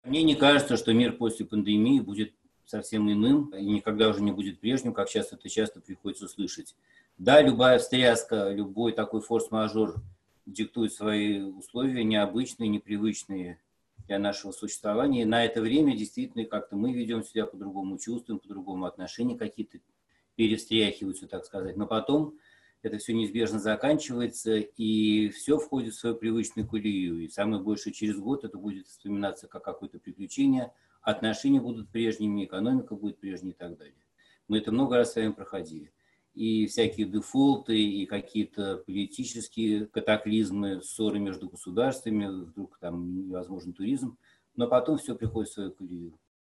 Мне не кажется, что мир после пандемии будет совсем иным и никогда уже не будет прежним, как сейчас это часто приходится слышать. Да, любая встряска, любой такой форс-мажор диктует свои условия необычные, непривычные для нашего существования. И на это время действительно как-то мы ведем себя по-другому, чувствуем по-другому, отношения какие-то перестряхиваются, так сказать. Но потом это все неизбежно заканчивается, и все входит в свою привычную колею. И самое большее через год это будет вспоминаться как какое-то приключение, отношения будут прежними, экономика будет прежней и так далее. Мы это много раз с вами проходили. И всякие дефолты, и какие-то политические катаклизмы, ссоры между государствами, вдруг там невозможен туризм, но потом все приходит в свою колею.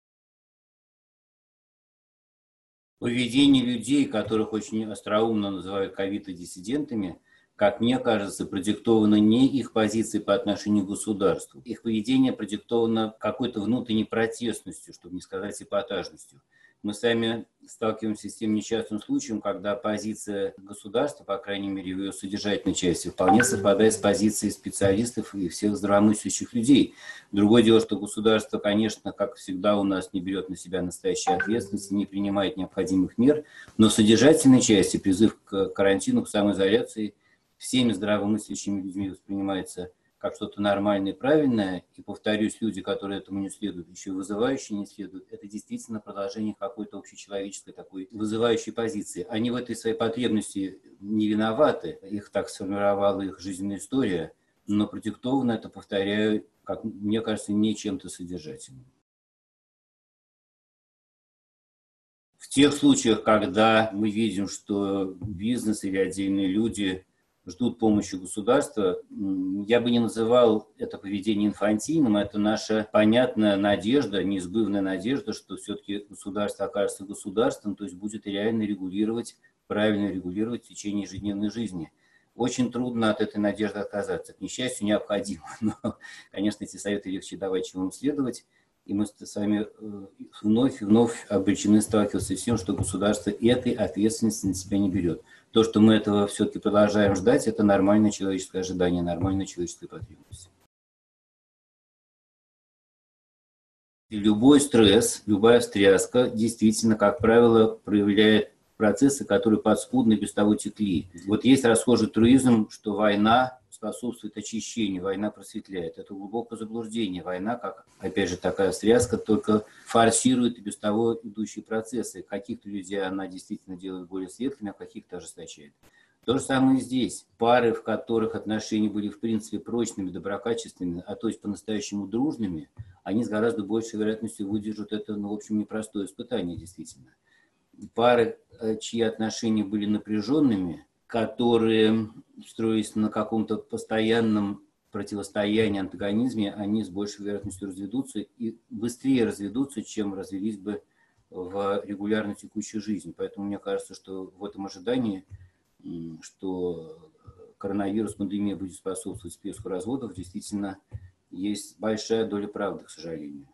Поведение людей, которых очень остроумно называют ковид-диссидентами, как мне кажется, продиктовано не их позицией по отношению к государству. Их поведение продиктовано какой-то внутренней протестностью, чтобы не сказать эпатажностью. Мы сами сталкиваемся с тем несчастным случаем, когда позиция государства, по крайней мере в ее содержательной части, вполне совпадает с позицией специалистов и всех здравомыслящих людей. Другое дело, что государство, конечно, как всегда у нас не берет на себя настоящей ответственности, не принимает необходимых мер, но в содержательной части призыв к карантину, к самоизоляции всеми здравомыслящими людьми воспринимается как что-то нормальное и правильное, и, повторюсь, люди, которые этому не следуют, еще и вызывающие не следуют, это действительно продолжение какой-то общечеловеческой такой вызывающей позиции. Они в этой своей потребности не виноваты, их так сформировала их жизненная история, но продиктовано это, повторяю, как мне кажется, не чем-то содержательным. В тех случаях, когда мы видим, что бизнес или отдельные люди ждут помощи государства, я бы не называл это поведение инфантильным, это наша понятная надежда, неизбывная надежда, что все-таки государство окажется государством, то есть будет реально регулировать, правильно регулировать в течение ежедневной жизни. Очень трудно от этой надежды отказаться. К несчастью, необходимо, но, конечно, эти советы легче давать, чем им следовать. И мы с вами вновь и вновь обречены сталкиваться с тем, что государство этой ответственности на себя не берет. То, что мы этого все-таки продолжаем ждать, это нормальное человеческое ожидание, нормальная человеческая потребность. И любой стресс, любая встряска действительно, как правило, проявляет процессы, которые подспудно без того текли. Вот есть расхожий truизм, что война способствует очищению, война просветляет. Это глубокое заблуждение. Война, как, опять же, такая встряска, только форсирует и без того идущие процессы. Каких-то людей она действительно делает более светлыми, а каких-то ожесточает. То же самое и здесь. Пары, в которых отношения были, в принципе, прочными, доброкачественными, а то есть по-настоящему дружными, они с гораздо большей вероятностью выдержат это, в общем, непростое испытание, действительно. Пары, чьи отношения были напряженными, которые строились на каком-то постоянном противостоянии, антагонизме, они с большей вероятностью разведутся и быстрее разведутся, чем развелись бы в регулярно текущей жизни. Поэтому мне кажется, что в этом ожидании, что коронавирус, пандемия будет способствовать всплеску разводов, действительно есть большая доля правды, к сожалению.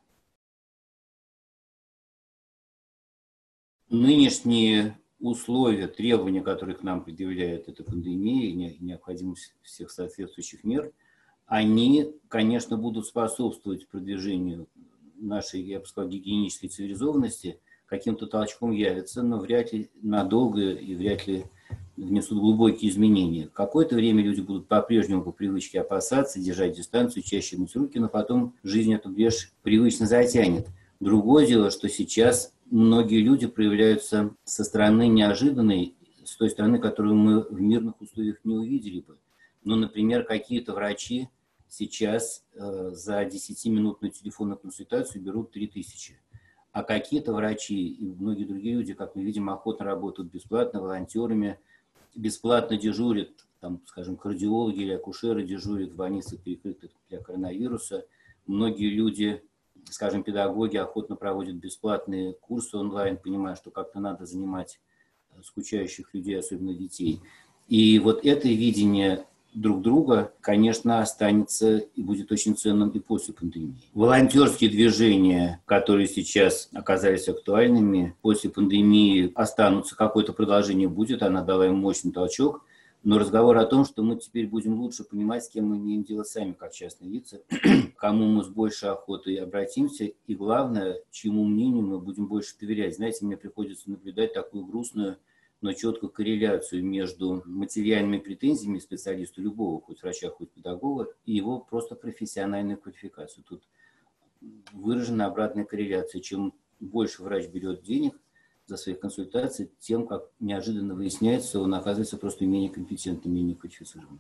Нынешние условия, требования, которые к нам предъявляет эта пандемия и необходимость всех соответствующих мер, они, конечно, будут способствовать продвижению нашей, я бы сказал, гигиенической цивилизованности, каким-то толчком явятся, но вряд ли надолго и вряд ли внесут глубокие изменения. Какое-то время люди будут по-прежнему по привычке опасаться, держать дистанцию, чаще мыть руки, но потом жизнь эту брешь привычно затянет. Другое дело, что сейчас многие люди проявляются со стороны неожиданной, с той стороны, которую мы в мирных условиях не увидели бы. Ну, например, какие-то врачи сейчас за 10-минутную телефонную консультацию берут 3000. А какие-то врачи и многие другие люди, как мы видим, охотно работают бесплатно, волонтерами, бесплатно дежурят, там, скажем, кардиологи или акушеры дежурят в больницах, перекрытых для коронавируса. Многие люди, скажем, педагоги охотно проводят бесплатные курсы онлайн, понимая, что как-то надо занимать скучающих людей, особенно детей. И вот это видение друг друга, конечно, останется и будет очень ценным и после пандемии. Волонтерские движения, которые сейчас оказались актуальными, после пандемии останутся, какое-то продолжение будет, она дала им мощный толчок, Но разговор о том, что мы теперь будем лучше понимать, с кем мы имеем дело сами, как частные лица, кому мы с большей охотой обратимся, и главное, чьему мнению мы будем больше доверять. Знаете, мне приходится наблюдать такую грустную, но четкую корреляцию между материальными претензиями специалиста любого, хоть врача, хоть педагога, и его просто профессиональной квалификацией. Тут выражена обратная корреляция. Чем больше врач берет денег за свои консультации, тем, как неожиданно выясняется, он оказывается просто менее компетентным, менее квалифицированным.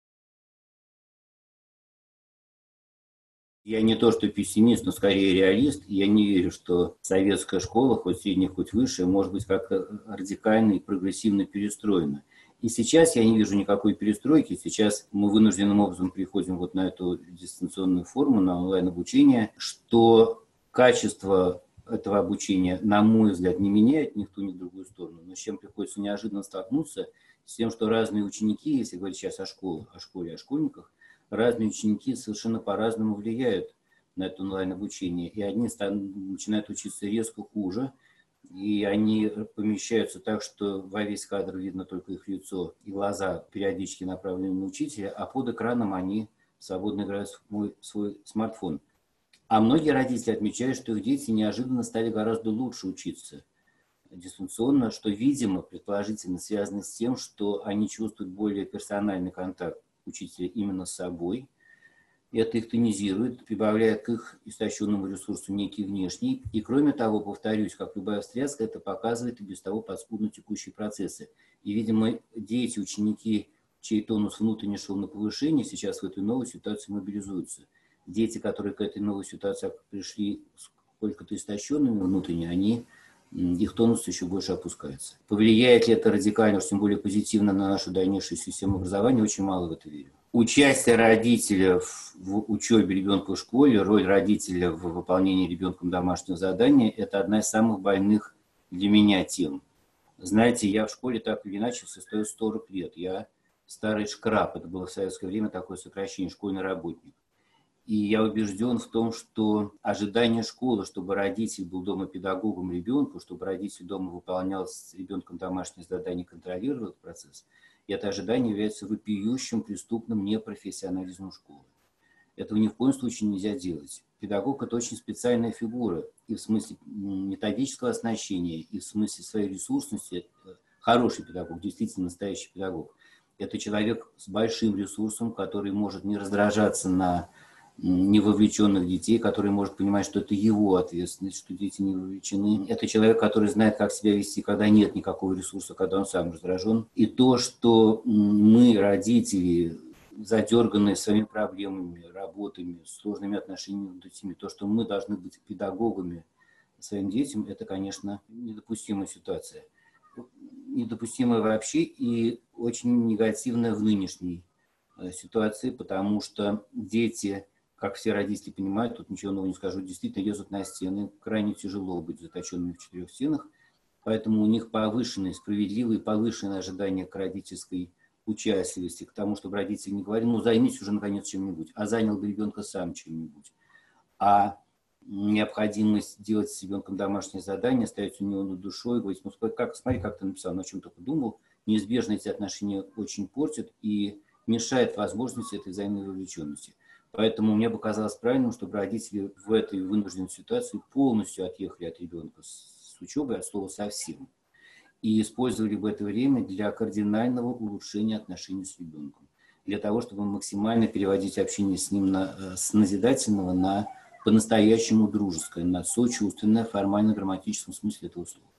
Я не то что пессимист, но скорее реалист. Я не верю, что советская школа, хоть средняя, хоть высшая, может быть как-то радикально и прогрессивно перестроена. И сейчас я не вижу никакой перестройки. Сейчас мы вынужденным образом приходим вот на эту дистанционную форму, на онлайн-обучение, что качество этого обучения, на мой взгляд, не меняет ни в ту, ни в другую сторону. Но с чем приходится неожиданно столкнуться, с тем, что разные ученики, если говорить сейчас о школе, о школьниках, разные ученики совершенно по-разному влияют на это онлайн-обучение. И одни начинают учиться резко хуже, и они помещаются так, что во весь кадр видно только их лицо и глаза периодически направлены на учителя, а под экраном они свободно играют в свой смартфон. А многие родители отмечают, что их дети неожиданно стали гораздо лучше учиться дистанционно, что, видимо, предположительно связано с тем, что они чувствуют более персональный контакт учителя именно с собой. Это их тонизирует, прибавляет к их истощенному ресурсу некий внешний. И кроме того, повторюсь, как любая встряска, это показывает и без того подспудно текущие процессы. И, видимо, дети, ученики, чей тонус внутренне шел на повышение, сейчас в этой новой ситуации мобилизуются. Дети, которые к этой новой ситуации пришли сколько-то истощенными внутренне, их тонус еще больше опускается. Повлияет ли это радикально, тем более позитивно на нашу дальнейшую систему образования, очень мало в это верю. Участие родителя в учебе ребенка в школе, роль родителя в выполнении ребенком домашнего задания – это одна из самых больных для меня тем. Знаете, я в школе так или иначе состою 40 лет. Я старый шкраб, это было в советское время такое сокращение, школьный работник. И я убежден в том, что ожидание школы, чтобы родитель был дома педагогом ребенку, чтобы родитель дома выполнял с ребенком домашнее задание, контролировал этот процесс, и это ожидание является вопиющим преступным непрофессионализмом школы. Этого ни в коем случае нельзя делать. Педагог – это очень специальная фигура и в смысле методического оснащения, и в смысле своей ресурсности. Хороший педагог, действительно настоящий педагог. Это человек с большим ресурсом, который может не раздражаться на невовлеченных детей, который может понимать, что это его ответственность, что дети не вовлечены. Это человек, который знает, как себя вести, когда нет никакого ресурса, когда он сам раздражен. И то, что мы, родители, задерганные своими проблемами, работами, сложными отношениями с детьми, то, что мы должны быть педагогами своим детям, это, конечно, недопустимая ситуация. Недопустимая вообще и очень негативная в нынешней ситуации, потому что дети, как все родители понимают, тут ничего нового не скажу, действительно лезут на стены. Крайне тяжело быть заточенными в 4 стенах, поэтому у них повышенные, справедливые, повышенные ожидания к родительской участливости, к тому, чтобы родители не говорили, ну займись уже наконец чем-нибудь, а занял бы ребенка сам чем-нибудь. А необходимость делать с ребенком домашнее задание, стоять у него над душой, говорить, ну смотри, как ты написал, на чем только думал, неизбежно эти отношения очень портят и мешает возможности этой взаимной вовлеченности. Поэтому мне бы казалось правильным, чтобы родители в этой вынужденной ситуации полностью отъехали от ребенка с учебы, от слова совсем, и использовали бы это время для кардинального улучшения отношений с ребенком, для того, чтобы максимально переводить общение с ним с назидательного на по-настоящему дружеское, на сочувственное в формально-грамматическом смысле этого слова.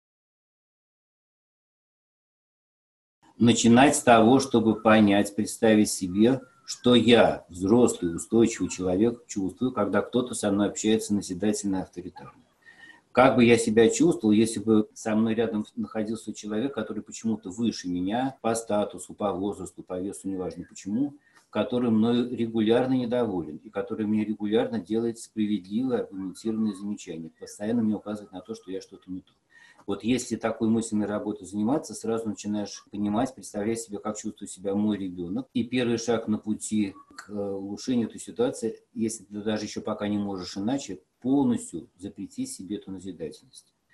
Начинать с того, чтобы понять, представить себе, что я, взрослый, устойчивый человек, чувствую, когда кто-то со мной общается назидательно и авторитарно. Как бы я себя чувствовал, если бы со мной рядом находился человек, который почему-то выше меня по статусу, по возрасту, по весу, неважно почему, который мною регулярно недоволен и который мне регулярно делает справедливые аргументированные замечания, постоянно мне указывает на то, что я что-то не то. Вот если такой мысленной работой заниматься, сразу начинаешь понимать, представлять себе, как чувствует себя мой ребенок. И первый шаг на пути к улучшению этой ситуации, если ты даже еще пока не можешь иначе, полностью запретить себе эту назидательность.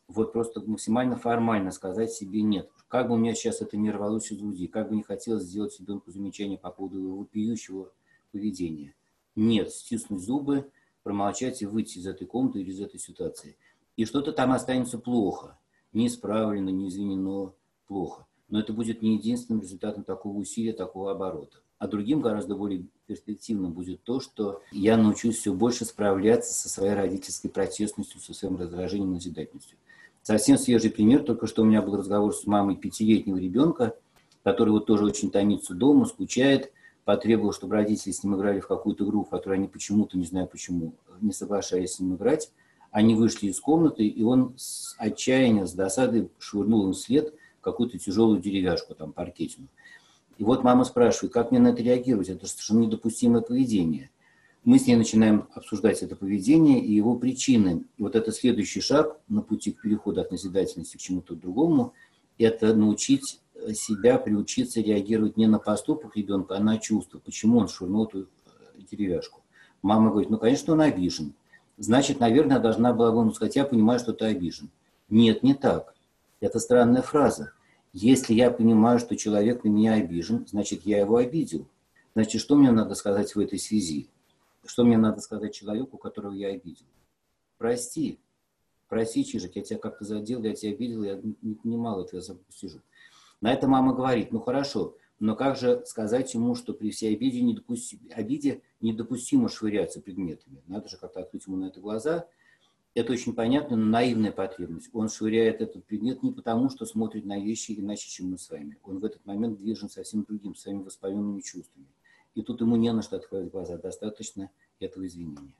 вот просто максимально формально сказать себе «нет». Как бы у меня сейчас это не рвалось из груди, как бы не хотелось сделать ребенку замечание по поводу его вопиющего поведения. Нет, стиснуть зубы, промолчать и выйти из этой комнаты или из этой ситуации. И что-то там останется плохо, не исправлено, не извинено, плохо. Но это будет не единственным результатом такого усилия, такого оборота. А другим гораздо более перспективным будет то, что я научусь все больше справляться со своей родительской протестностью, со своим раздражением, назидательностью. Совсем свежий пример. Только что у меня был разговор с мамой 5-летнего ребенка, который вот тоже очень томится дома, скучает, потребовал, чтобы родители с ним играли в какую-то игру, в которой они почему-то, не знаю почему, не соглашались с ним играть. Они вышли из комнаты, и он с отчаяния, с досадой швырнул им вслед какую-то тяжелую деревяшку, там, паркетину. И вот мама спрашивает, как мне на это реагировать? Это совершенно недопустимое поведение. Мы с ней начинаем обсуждать это поведение и его причины. И вот это следующий шаг на пути к переходу от назидательности к чему-то другому, это научить себя приучиться реагировать не на поступок ребенка, а на чувства. Почему он швырнул эту деревяшку? Мама говорит, ну, конечно, он обижен. Значит, наверное, я должна была ему сказать, я понимаю, что ты обижен. Нет, не так. Это странная фраза. Если я понимаю, что человек на меня обижен, значит, я его обидел. Значит, что мне надо сказать в этой связи? Что мне надо сказать человеку, которого я обидел? Прости. Прости, Чижик, я тебя как-то задел, я тебя обидел, я не понимал этого, я сижу. На это мама говорит, ну хорошо, но как же сказать ему, что при всей обиде недопустимо швыряться предметами? Надо же как-то открыть ему на это глаза. Это очень понятно, но наивная потребность. Он швыряет этот предмет не потому, что смотрит на вещи иначе, чем мы с вами. Он в этот момент движен совсем другим, своими воспаленными чувствами. И тут ему не на что открывать глаза, достаточно этого извинения.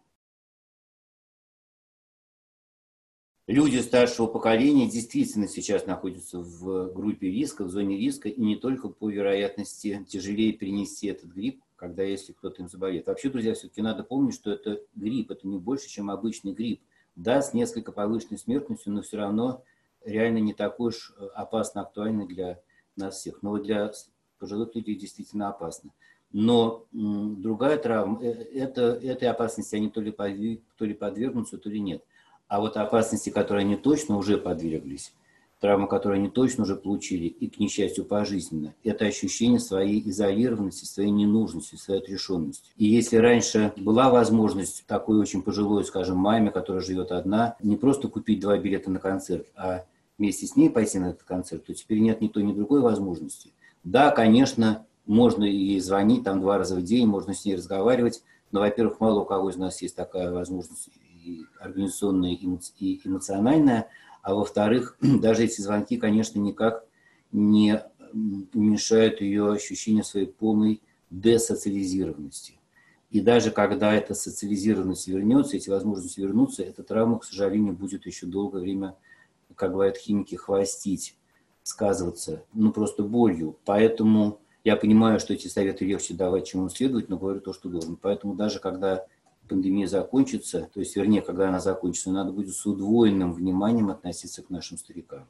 Люди старшего поколения действительно сейчас находятся в группе риска, в зоне риска, и не только по вероятности тяжелее перенести этот грипп, когда если кто-то им заболеет. Вообще, друзья, все-таки надо помнить, что это грипп, это не больше, чем обычный грипп. Да, с несколько повышенной смертностью, но все равно реально не такой уж опасно актуальный для нас всех. Но вот для пожилых людей действительно опасно. Но другая травма, этой опасности они то ли подвергнутся, то ли нет. А вот опасности, которые они точно уже подверглись, травмы, которые они точно уже получили, и, к несчастью, пожизненно, это ощущение своей изолированности, своей ненужности, своей отрешенности. И если раньше была возможность такой очень пожилой, скажем, маме, которая живет одна, не просто купить 2 билета на концерт, а вместе с ней пойти на этот концерт, то теперь нет ни той, ни другой возможности. Да, конечно, можно ей звонить там 2 раза в день, можно с ней разговаривать, но, во-первых, мало у кого из нас есть такая возможность и организационная, и эмоциональная, а во-вторых, даже эти звонки, конечно, никак не уменьшают ее ощущение своей полной десоциализированности. И даже когда эта социализированность вернется, эти возможности вернутся, эта травма, к сожалению, будет еще долгое время, как говорят химики, хвостить, сказываться, ну, просто болью. Поэтому я понимаю, что эти советы легче давать, чем им следовать, но говорю то, что должен. Поэтому даже когда пандемия закончится, то есть, вернее, когда она закончится, надо будет с удвоенным вниманием относиться к нашим старикам.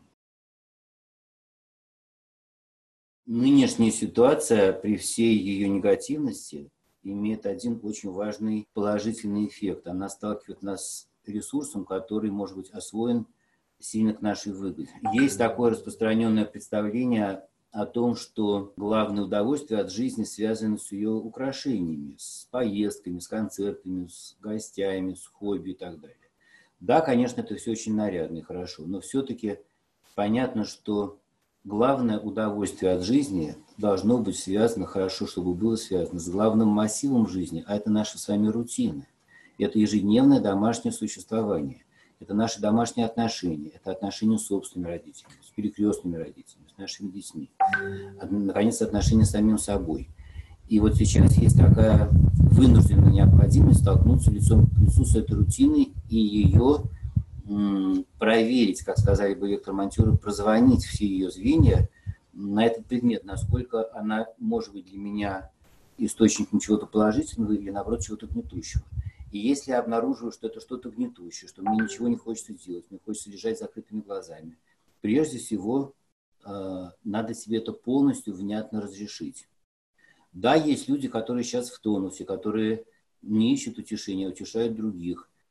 Нынешняя ситуация при всей ее негативности имеет один очень важный положительный эффект. Она сталкивает нас с ресурсом, который может быть освоен сильно к нашей выгоде. Есть такое распространенное представление о том, что главное удовольствие от жизни связано с ее украшениями, с поездками, с концертами, с гостями, с хобби и так далее. Да, конечно, это все очень нарядно и хорошо, но все-таки понятно, что главное удовольствие от жизни должно быть связано, хорошо, чтобы было связано с главным массивом жизни, а это наша с вами рутина. Это ежедневное домашнее существование. Это наши домашние отношения, это отношения с собственными родителями, с перекрестными родителями, с нашими детьми. Наконец, отношения с самим собой. И вот сейчас есть такая вынужденная необходимость столкнуться лицом к лицу с этой рутиной и ее проверить, как сказали бы электромонтеры, прозвонить все ее звенья на этот предмет, насколько она может быть для меня источником чего-то положительного или, наоборот, чего-то гнетущего. И если я обнаруживаю, что это что-то гнетущее, что мне ничего не хочется делать, мне хочется лежать с закрытыми глазами, прежде всего надо себе это полностью внятно разрешить. Да, есть люди, которые сейчас в тонусе, которые не ищут утешения, а утешают других.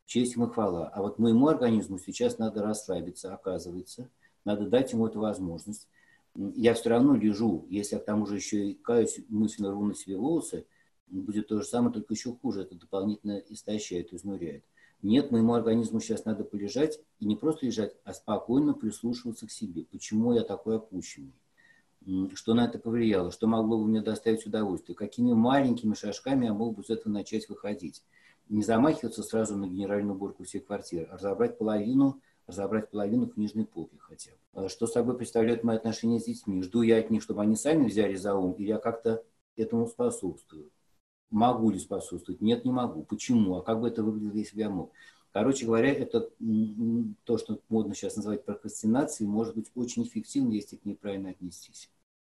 честь ему и хвала. А вот моему организму сейчас надо расслабиться, оказывается, надо дать ему эту возможность. Я все равно лежу, если я к тому же еще и каюсь, мысленно рву на себе волосы, будет то же самое, только еще хуже, это дополнительно истощает, изнуряет. Нет, моему организму сейчас надо полежать, и не просто лежать, а спокойно прислушиваться к себе. Почему я такой опущенный? Что на это повлияло? Что могло бы мне доставить удовольствие? Какими маленькими шажками я мог бы с этого начать выходить? Не замахиваться сразу на генеральную уборку всей квартиры, а разобрать половину книжной полки хотя бы. Что собой представляют мои отношения с детьми? Жду я от них, чтобы они сами взяли за ум, или я как-то этому способствую? Могу ли способствовать? Нет, не могу. Почему? А как бы это выглядело, если бы я мог? Короче говоря, это то, что модно сейчас называть прокрастинацией, может быть очень эффективно, если к ней правильно отнестись.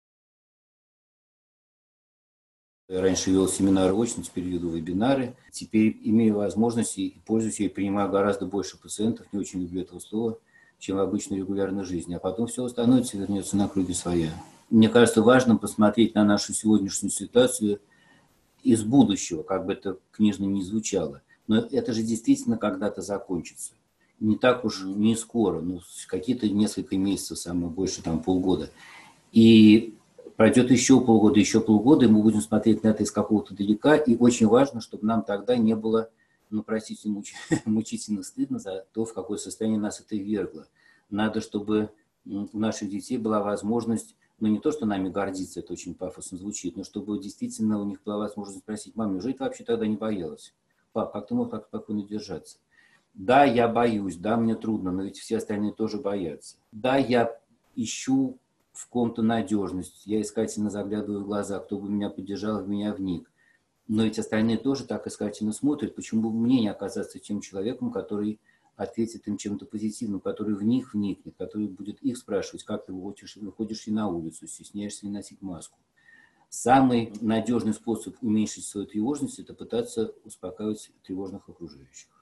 Я раньше вел семинары очно, теперь веду вебинары. Теперь имею возможность и пользуюсь, и принимаю гораздо больше пациентов, не очень люблю этого слова, чем в обычной регулярной жизни. А потом все восстановится и вернется на круги своя. Мне кажется важным посмотреть на нашу сегодняшнюю ситуацию из будущего, как бы это книжно не звучало. Но это же действительно когда-то закончится. Не так уж не скоро, ну, какие-то несколько месяцев, самое больше, там, полгода. И пройдет еще полгода, и мы будем смотреть на это из какого-то далека. И очень важно, чтобы нам тогда не было, ну, простите, мучительно стыдно за то, в какое состояние нас это ввергло. Надо, чтобы у наших детей была возможность, ну, не то, что нами гордиться, это очень пафосно звучит, но чтобы действительно у них была возможность спросить: мам, неужели ты вообще тогда не боялась? Пап, как ты мог так спокойно держаться? Да, я боюсь, да, мне трудно, но ведь все остальные тоже боятся. Да, я ищу в ком-то надежность, я искательно заглядываю в глаза, кто бы меня поддержал, в меня вник. Но ведь остальные тоже так искательно смотрят, почему бы мне не оказаться тем человеком, который ответит им чем-то позитивным, который в них вникнет, который будет их спрашивать, как ты выходишь ли на улицу, стесняешься ли носить маску. Самый надежный способ уменьшить свою тревожность – это пытаться успокаивать тревожных окружающих.